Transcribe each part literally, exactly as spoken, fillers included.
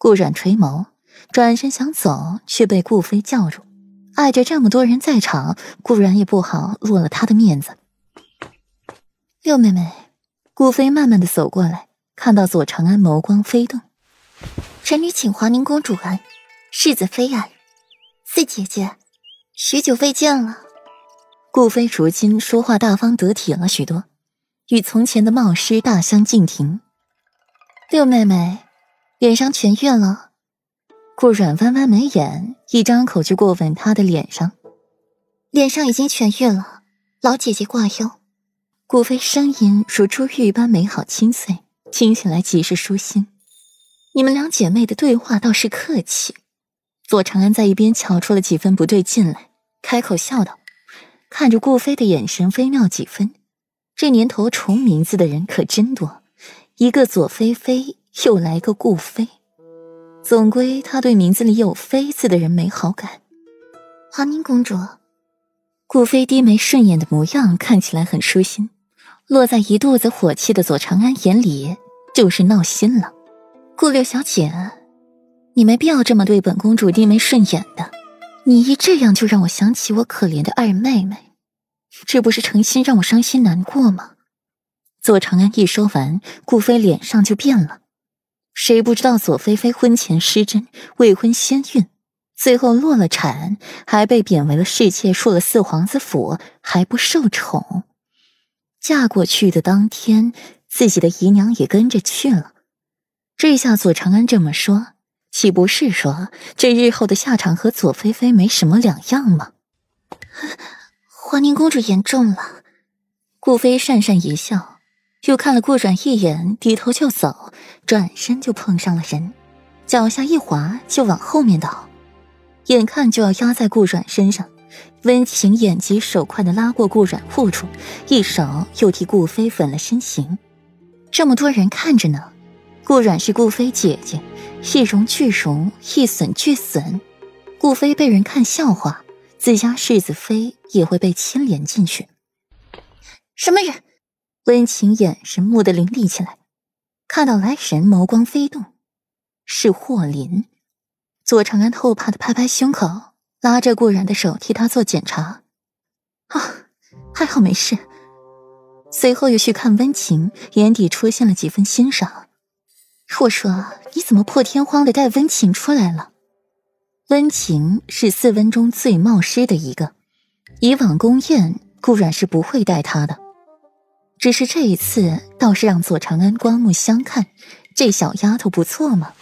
顾阮垂眸，转身想走，却被顾飞叫住。碍着这么多人在场，顾阮也不好落了他的面子。六妹妹，顾飞慢慢的走过来，看到左长安眸光飞动。 臣女请华宁公主安，世子妃安。四姐姐，许久未见了。 顾飞如今说话大方得体了许多，与从前的冒失大相径庭。六妹妹，脸上痊愈了？顾阮弯弯眉眼，一张口就过吻她的脸上。 脸上已经痊愈了，老姐姐挂忧。 顾飞声音如珠玉般美好清脆，听起来极是舒心。你们两姐妹的对话倒是客气。左长安在一边瞧出了几分不对劲来，开口笑道，看着顾飞的眼神微妙几分。这年头重名字的人可真多，一个左菲菲，又来个顾飞，总归他对名字里有妃字的人没好感。 华宁公主。 顾飞低眉顺眼的模样看起来很舒心，落在一肚子火气的左长安眼里就是闹心了。顾六小姐，你没必要这么对本公主低眉顺眼的，你一这样就让我想起我可怜的二妹妹，这不是诚心让我伤心难过吗？左长安一说完，顾飞脸上就变了。谁不知道左菲菲婚前失贞，未婚先孕，最后落了产，还被贬为了侍妾，入了四皇子府，还不受宠。嫁过去的当天，自己的姨娘也跟着去了。这下左长安这么说，岂不是说这日后的下场和左菲菲没什么两样吗？ 华宁公主言重了。 顾飞讪讪一笑，又看了顾阮一眼，低头就走，转身就碰上了人，脚下一滑就往后面倒，眼看就要压在顾阮身上。温情眼疾手快地拉过顾阮护住，一手又替顾飞稳了身形。这么多人看着呢，顾阮是顾飞姐姐，一荣俱荣，一损俱损。顾飞被人看笑话，自家世子妃也会被牵连进去。 什么人？ 温情眼神蓦地凌厉起来，看到来人眸光飞动，是霍林。左长安后怕地拍拍胸口，拉着顾阮的手替他做检查。啊，还好没事。随后又去看温情，眼底出现了几分欣赏。我说你怎么破天荒地带温情出来了？温情是四温中最冒失的一个，以往宫宴顾阮是不会带她的，只是这一次倒是让左长安刮目相看，这小丫头不错嘛。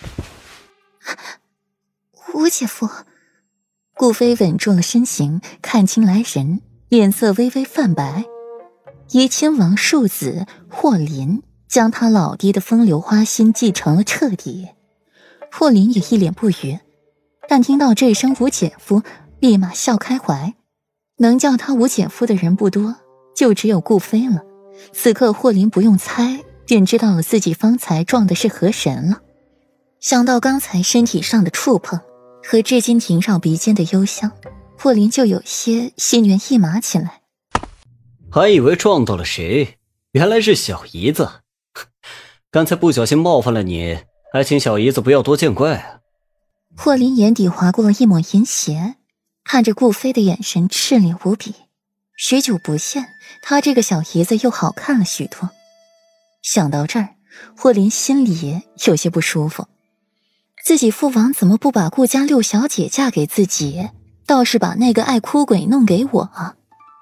吴姐夫。 顾飞稳住了身形，看清来人，脸色微微泛白。怡亲王庶子霍林将他老爹的风流花心继承了彻底。霍林也一脸不语，但听到这声吴姐夫，立马笑开怀。能叫他吴姐夫的人不多，就只有顾飞了。此刻霍林不用猜，便知道了自己方才撞的是何人了。想到刚才身体上的触碰和至今萦绕鼻尖的幽香，霍林就有些心猿意马起来。 还以为撞到了谁，原来是小姨子。刚才不小心冒犯了你，还请小姨子不要多见怪啊。 霍林眼底划过了一抹阴邪，看着顾飞的眼神炽烈无比。许久不见，他这个小姨子又好看了许多。想到这儿，霍林心里有些不舒服。自己父王怎么不把顾家六小姐嫁给自己，倒是把那个爱哭鬼弄给我啊？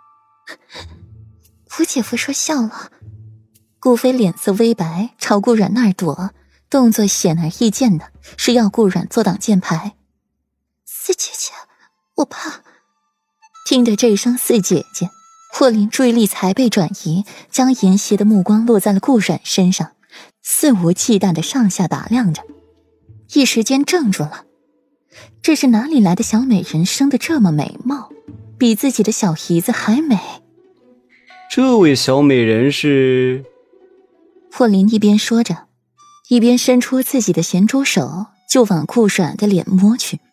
吴姐夫说笑了。 顾飞脸色微白，朝顾阮那儿躲，动作显而易见的是要顾阮做挡箭牌。 四姐姐，我怕。 听得这声四姐姐，霍林注意力才被转移，将淫邪的目光落在了顾阮身上，肆无忌惮的上下打量着，一时间怔住了。这是哪里来的小美人，生得这么美貌，比自己的小姨子还美？ 这位小美人是…… 霍林一边说着，一边伸出自己的咸猪手，就往顾阮的脸摸去。